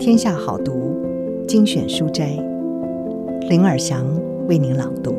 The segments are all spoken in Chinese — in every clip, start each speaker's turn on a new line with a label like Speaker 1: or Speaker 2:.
Speaker 1: 天下好读精选书斋，林尔祥为您朗读。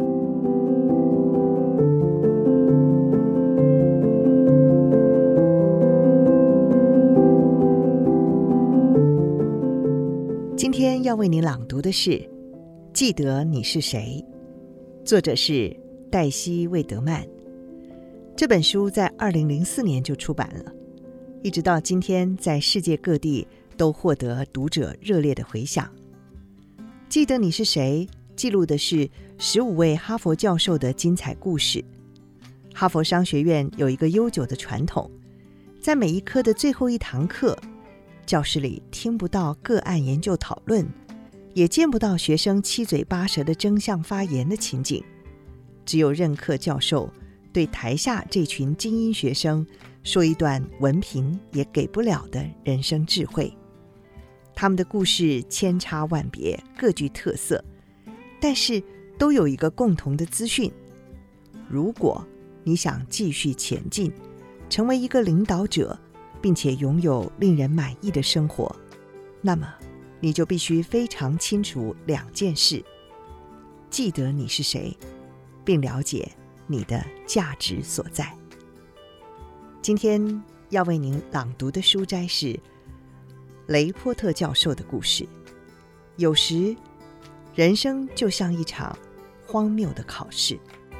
Speaker 1: 今天要为您朗读的是《记得你是谁》，作者是黛西·魏德曼。这本书在2004年就出版了，一直到今天在世界各地都获得读者热烈的回响。记得你是谁记录的是15位哈佛教授的精彩故事。哈佛商学院有一个悠久的传统，在每一科的最后一堂课，教室里听不到个案研究讨论，也见不到学生七嘴八舌的争相发言的情景，只有任课教授对台下这群精英学生说一段文凭也给不了的人生智慧。他们的故事千差万别，各具特色，但是都有一个共同的资讯：如果你想继续前进，成为一个领导者，并且拥有令人满意的生活，那么你就必须非常清楚两件事：记得你是谁，并了解你的价值所在。今天要为您朗读的书斋是雷波特教授的故事。有时，人生就像一场荒谬的考试。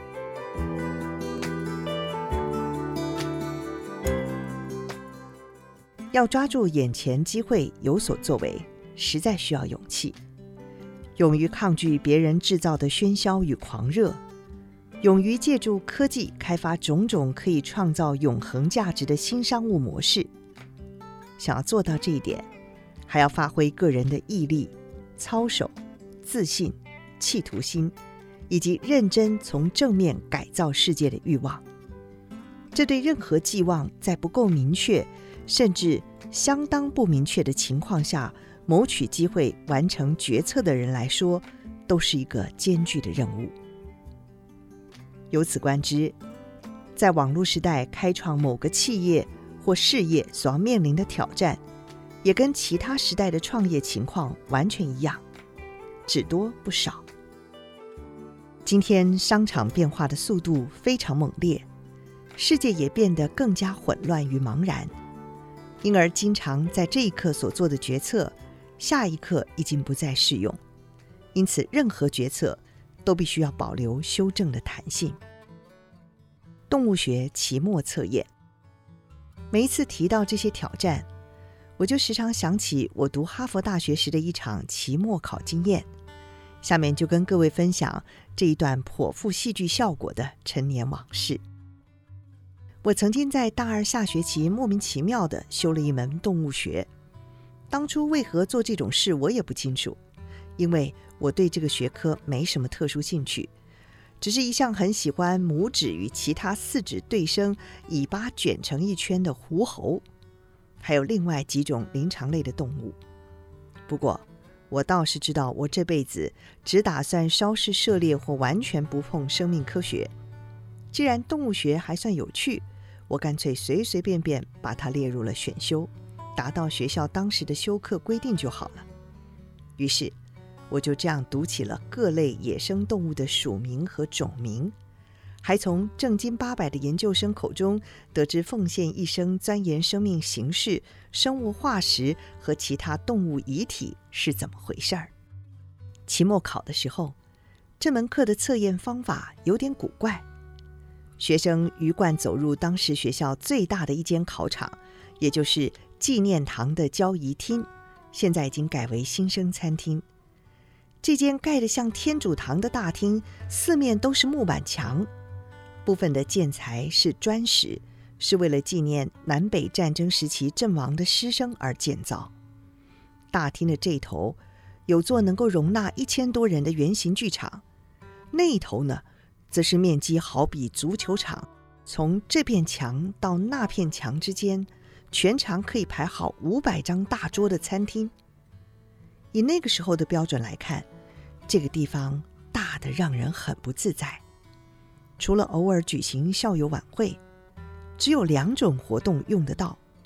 Speaker 1: 要抓住眼前机会有所作为，实在需要勇气。勇于抗拒别人制造的喧嚣与狂热，勇于借助科技开发种种可以创造永恒价值的新商务模式。想要做到这一点，还要发挥个人的毅力、操守、自信、企图心，以及认真从正面改造世界的欲望。这对任何寄望在不够明确，甚至相当不明确的情况下谋取机会完成决策的人来说，都是一个艰巨的任务。由此观之，在网络时代开创某个企业或事业所要面临的挑战，也跟其他时代的创业情况完全一样，只多不少。今天商场变化的速度非常猛烈，世界也变得更加混乱与茫然，因而经常在这一刻所做的决策，下一刻已经不再适用。因此任何决策都必须要保留修正的弹性。动物学期末测验，每一次提到这些挑战，我就时常想起我读哈佛大学时的一场期末考经验。下面就跟各位分享这一段颇富戏剧效果的陈年往事。我曾经在大二下学期莫名其妙地修了一门动物学，当初为何做这种事我也不清楚，因为我对这个学科没什么特殊兴趣，只是一向很喜欢拇指与其他四指对生、尾巴卷成一圈的狐猴，还有另外几种灵长类的动物。不过我倒是知道，我这辈子只打算稍事涉猎或完全不碰生命科学。既然动物学还算有趣，我干脆随随便便把它列入了选修，达到学校当时的修课规定就好了。于是我就这样读起了各类野生动物的属名和种名，还从正经八百的研究生口中得知奉献一生钻研生命形式、生物化石和其他动物遗体是怎么回事儿。期末考的时候，这门课的测验方法有点古怪。学生鱼贯走入当时学校最大的一间考场，也就是纪念堂的交谊厅，现在已经改为新生餐厅。这间盖得像天主堂的大厅，四面都是木板墙，部分的建材是砖石，是为了纪念南北战争时期阵亡的师生而建造。大厅的这头有座能够容纳1000多人的圆形剧场，那一头呢，则是面积好比足球场，从这片墙到那片墙之间，全长可以排好500张大桌的餐厅。以那个时候的标准来看，这个地方大得让人很不自在。除了偶尔举行校友晚会，只有2种活动用得到：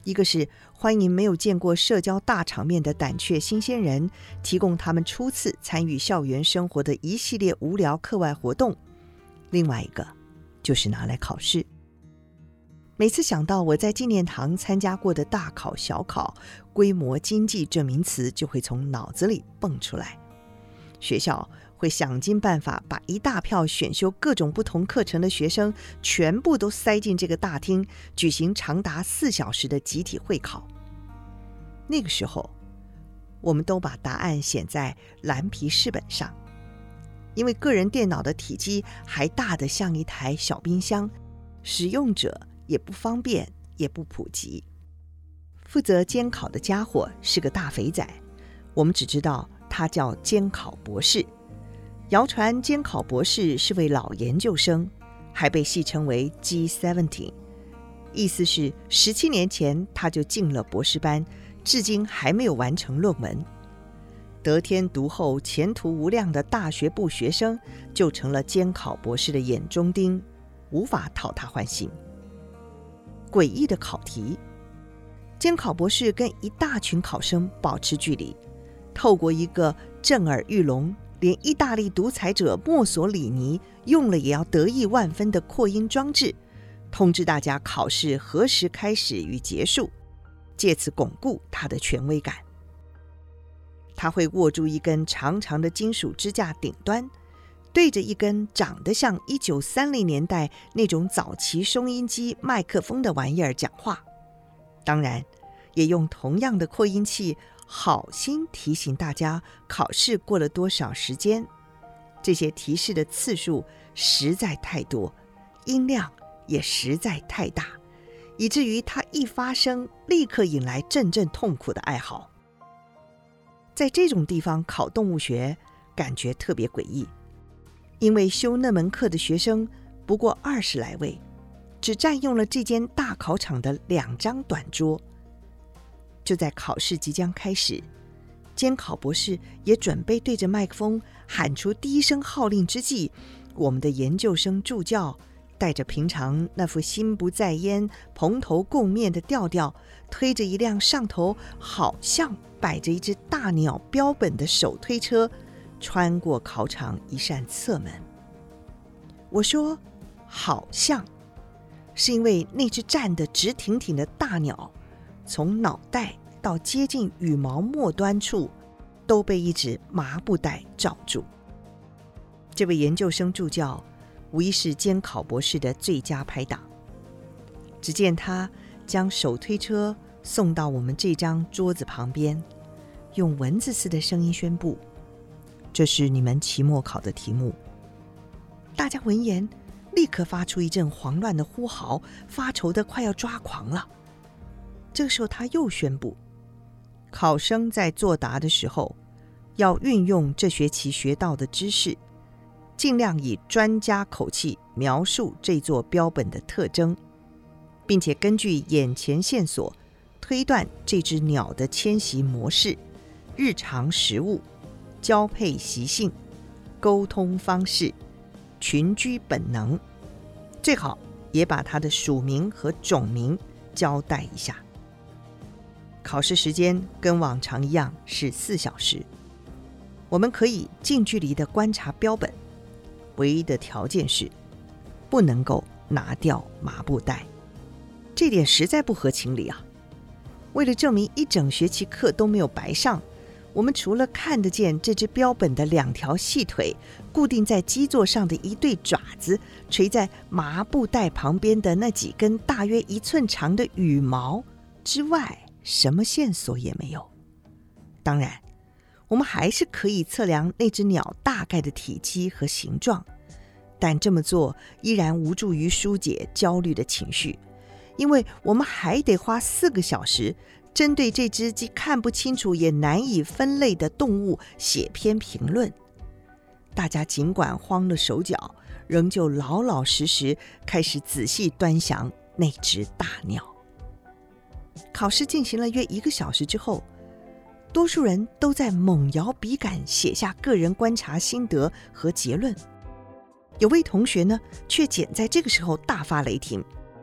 Speaker 1: 一个是欢迎没有见过社交大场面的胆怯新鲜人，提供他们初次参与校园生活的一系列无聊课外活动；另外一个就是拿来考试。每次想到我在纪念堂参加过的大考小考，规模经济这名词就会从脑子里蹦出来。学校会想尽办法把一大票选修各种不同课程的学生全部都塞进这个大厅，举行长达4小时的集体会考。那个时候，我们都把答案写在蓝皮试本上，因为个人电脑的体积还大得像一台小冰箱，使用者也不方便，也不普及。负责监考的家伙是个大肥仔，我们只知道他叫监考博士。谣传监考博士是位老研究生，还被戏称为 G17， 意思是17年前他就进了博士班，至今还没有完成论文。得天独厚、前途无量的大学部学生就成了监考博士的眼中钉，无法讨他欢心。诡异的考题，监考博士跟一大群考生保持距离，透过一个震耳欲聋，连意大利独裁者墨索里尼用了也要得意万分的扩音装置，通知大家考试何时开始与结束，借此巩固他的权威感。他会握住一根长长的金属支架顶端，对着一根长得像1930年代那种早期收音机麦克风的玩意儿讲话，当然也用同样的扩音器好心提醒大家考试过了多少时间。这些提示的次数实在太多，音量也实在太大，以至于它一发声立刻引来阵阵痛苦的哀嚎。在这种地方考动物学感觉特别诡异，因为修那门课的学生不过20来位，只占用了这间大考场的2张短桌。就在考试即将开始，监考博士也准备对着麦克风喊出第一声号令之际，我们的研究生助教带着平常那副心不在焉、蓬头垢面的调调，推着一辆上头好像摆着一只大鸟标本的手推车，穿过考场一扇侧门。我说好像，是因为那只站得直挺挺的大鸟从脑袋到接近羽毛末端处都被一只麻布袋罩住。这位研究生助教无疑是监考博士的最佳拍档。只见他将手推车送到我们这张桌子旁边，用蚊子似的声音宣布：这是你们期末考的题目。大家闻言立刻发出一阵慌乱的呼嚎，发愁的快要抓狂了。这个时候他又宣布，考生在作答的时候要运用这学期学到的知识，尽量以专家口气描述这座标本的特征，并且根据眼前线索推断这只鸟的迁徙模式、日常食物、交配习性、沟通方式、群居本能，最好也把它的属名和种名交代一下。考试时间跟往常一样是4小时，我们可以近距离的观察标本，唯一的条件是不能够拿掉麻布袋。这点实在不合情理啊！为了证明一整学期课都没有白上，我们除了看得见这只标本的2条细腿固定在基座上的一对爪子，垂在麻布袋旁边的那几根大约1寸长的羽毛之外，什么线索也没有。当然，我们还是可以测量那只鸟大概的体积和形状，但这么做依然无助于疏解焦虑的情绪，因为我们还得花4个小时针对这只既看不清楚也难以分类的动物写篇评论。大家尽管慌了手脚，仍旧老老实实开始仔细端详那只大鸟。考试进行了约1个小时之后，多数人都在猛摇笔杆写下个人观察心得和结论。有位同学呢，却拣在这个时候大发雷霆，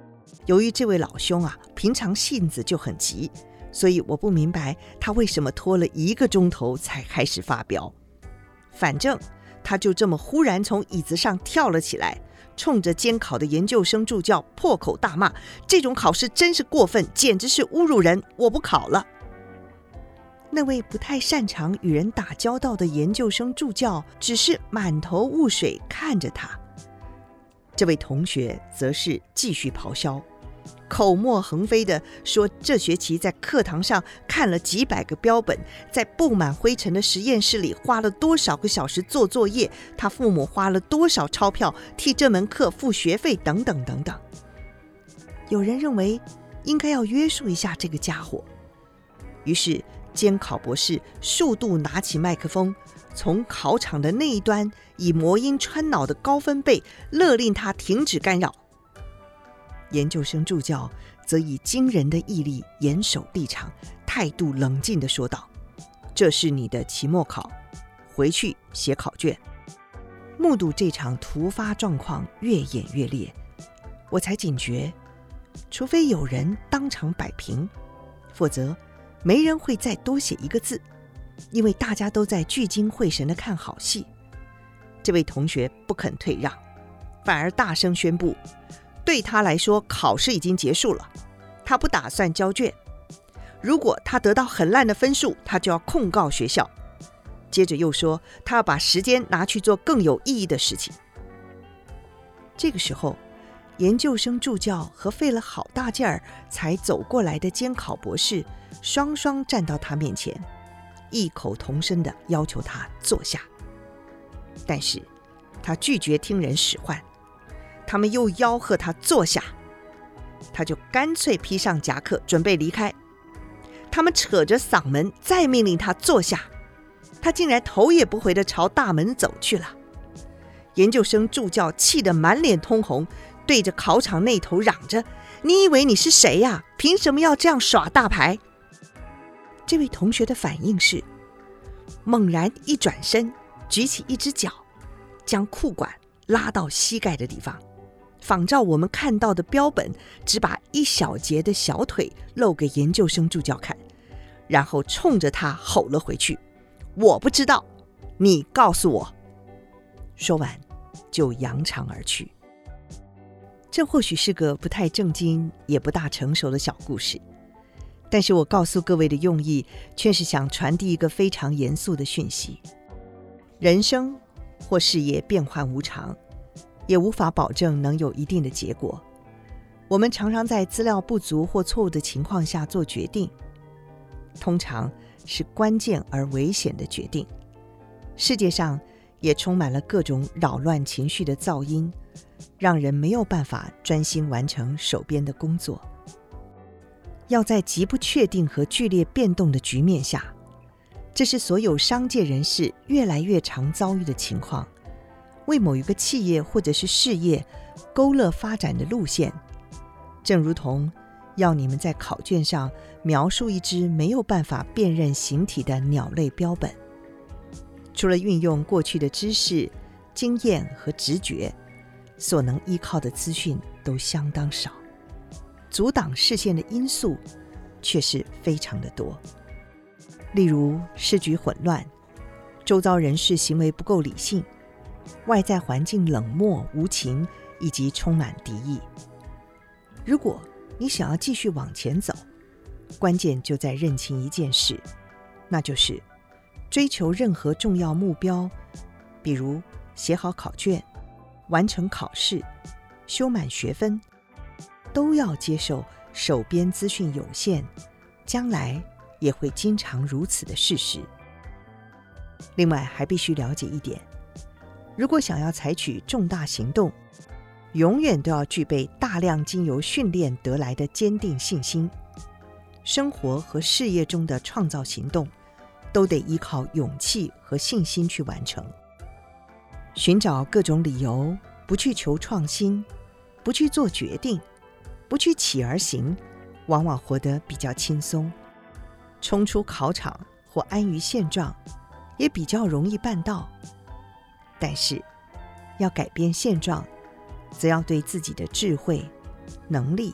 Speaker 1: 由于这位老兄平常性子就很急，所以我不明白他为什么拖了1个钟头才开始发表。反正他就这么忽然从椅子上跳了起来，冲着监考的研究生助教破口大骂：这种考试真是过分，简直是侮辱人，我不考了。那位不太擅长与人打交道的研究生助教只是满头雾水看着他，这位同学则是继续咆哮，口沫横飞地说这学期在课堂上看了几百个标本，在布满灰尘的实验室里花了多少个小时做作业，他父母花了多少钞票替这门课付学费等等等等。有人认为应该要约束一下这个家伙，于是监考博士数度拿起麦克风，从考场的那一端以魔音穿脑的高分贝勒令他停止干扰。研究生助教则以惊人的毅力严守立场，态度冷静地说道：这是你的期末考，回去写考卷。目睹这场突发状况越演越烈，我才警觉，除非有人当场摆平，否则没人会再多写1个字，因为大家都在聚精会神地看好戏。这位同学不肯退让，反而大声宣布，对他来说考试已经结束了，他不打算交卷，如果他得到很烂的分数，他就要控告学校。接着又说他要把时间拿去做更有意义的事情。这个时候，研究生助教和费了好大劲儿才走过来的监考博士双双站到他面前，异口同声地要求他坐下。但是他拒绝听人使唤，他们又吆喝他坐下，他就干脆披上夹克准备离开。他们扯着嗓门再命令他坐下，他竟然头也不回地朝大门走去了。研究生助教气得满脸通红，对着考场那头嚷着：你以为你是谁呀？凭什么要这样耍大牌？这位同学的反应是猛然一转身，举起一只脚，将裤管拉到膝盖的地方，仿照我们看到的标本，只把一小节的小腿露给研究生助教看，然后冲着他吼了回去：我不知道，你告诉我。说完就扬长而去。这或许是个不太正经也不大成熟的小故事，但是我告诉各位的用意却是想传递一个非常严肃的讯息。人生或事业变幻无常，也无法保证能有一定的结果。我们常常在资料不足或错误的情况下做决定，通常是关键而危险的决定。世界上也充满了各种扰乱情绪的噪音，让人没有办法专心完成手边的工作。要在极不确定和剧烈变动的局面下，这是所有商界人士越来越常遭遇的情况，为某一个企业或者是事业勾勒发展的路线，正如同要你们在考卷上描述一只没有办法辨认形体的鸟类标本。除了运用过去的知识、经验和直觉，所能依靠的资讯都相当少，阻挡视线的因素却是非常的多。例如时局混乱，周遭人士行为不够理性，外在环境冷漠无情以及充满敌意。如果你想要继续往前走，关键就在认清一件事，那就是追求任何重要目标，比如写好考卷、完成考试、修满学分，都要接受手边资讯有限，将来也会经常如此的事实。另外还必须了解一点，如果想要采取重大行动，永远都要具备大量经由训练得来的坚定信心。生活和事业中的创造行动都得依靠勇气和信心去完成。寻找各种理由，不去求创新，不去做决定，不去起而行，往往活得比较轻松。冲出考场或安于现状，也比较容易办到。但是，要改变现状，则要对自己的智慧、能力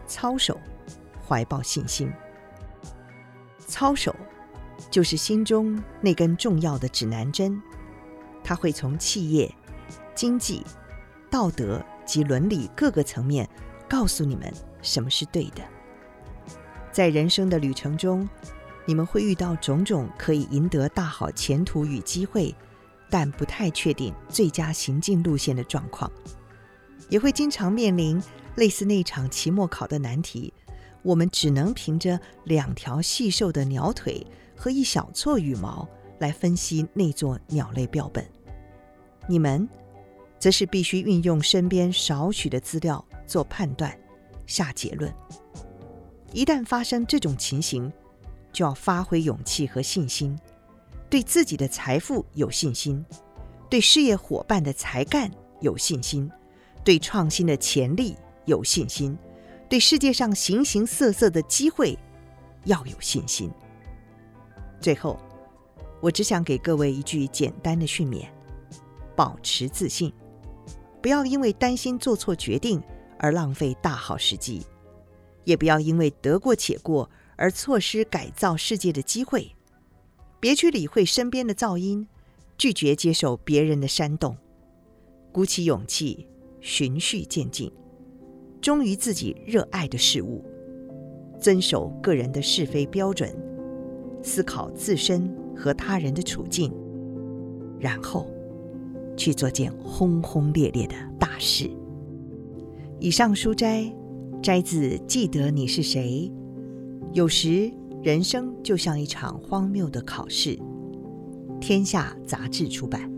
Speaker 1: 操守，怀抱信心。操守就是心中那根重要的指南针，它会从企业、经济、道德及伦理各个层面告诉你们什么是对的。在人生的旅程中，你们会遇到种种可以赢得大好前途与机会，但不太确定最佳行进路线的状况，也会经常面临类似那场期末考的难题，我们只能凭着2条细瘦的鸟腿和一小撮羽毛来分析那座鸟类标本。你们则是必须运用身边少许的资料做判断，下结论。一旦发生这种情形，就要发挥勇气和信心，对自己的财富有信心，对事业伙伴的才干有信心，对创新的潜力有信心，对世界上形形色色的机会要有信心。最后，我只想给各位一句简单的训勉：保持自信，不要因为担心做错决定而浪费大好时机，也不要因为得过且过而错失改造世界的机会。别去理会身边的噪音，拒绝接受别人的煽动，鼓起勇气，循序渐进，忠于自己热爱的事物，遵守个人的是非标准，思考自身和他人的处境，然后去做件轰轰烈烈的大事。以上书摘自《记得你是谁》。有时人生就像一场荒谬的考试。天下杂志出版。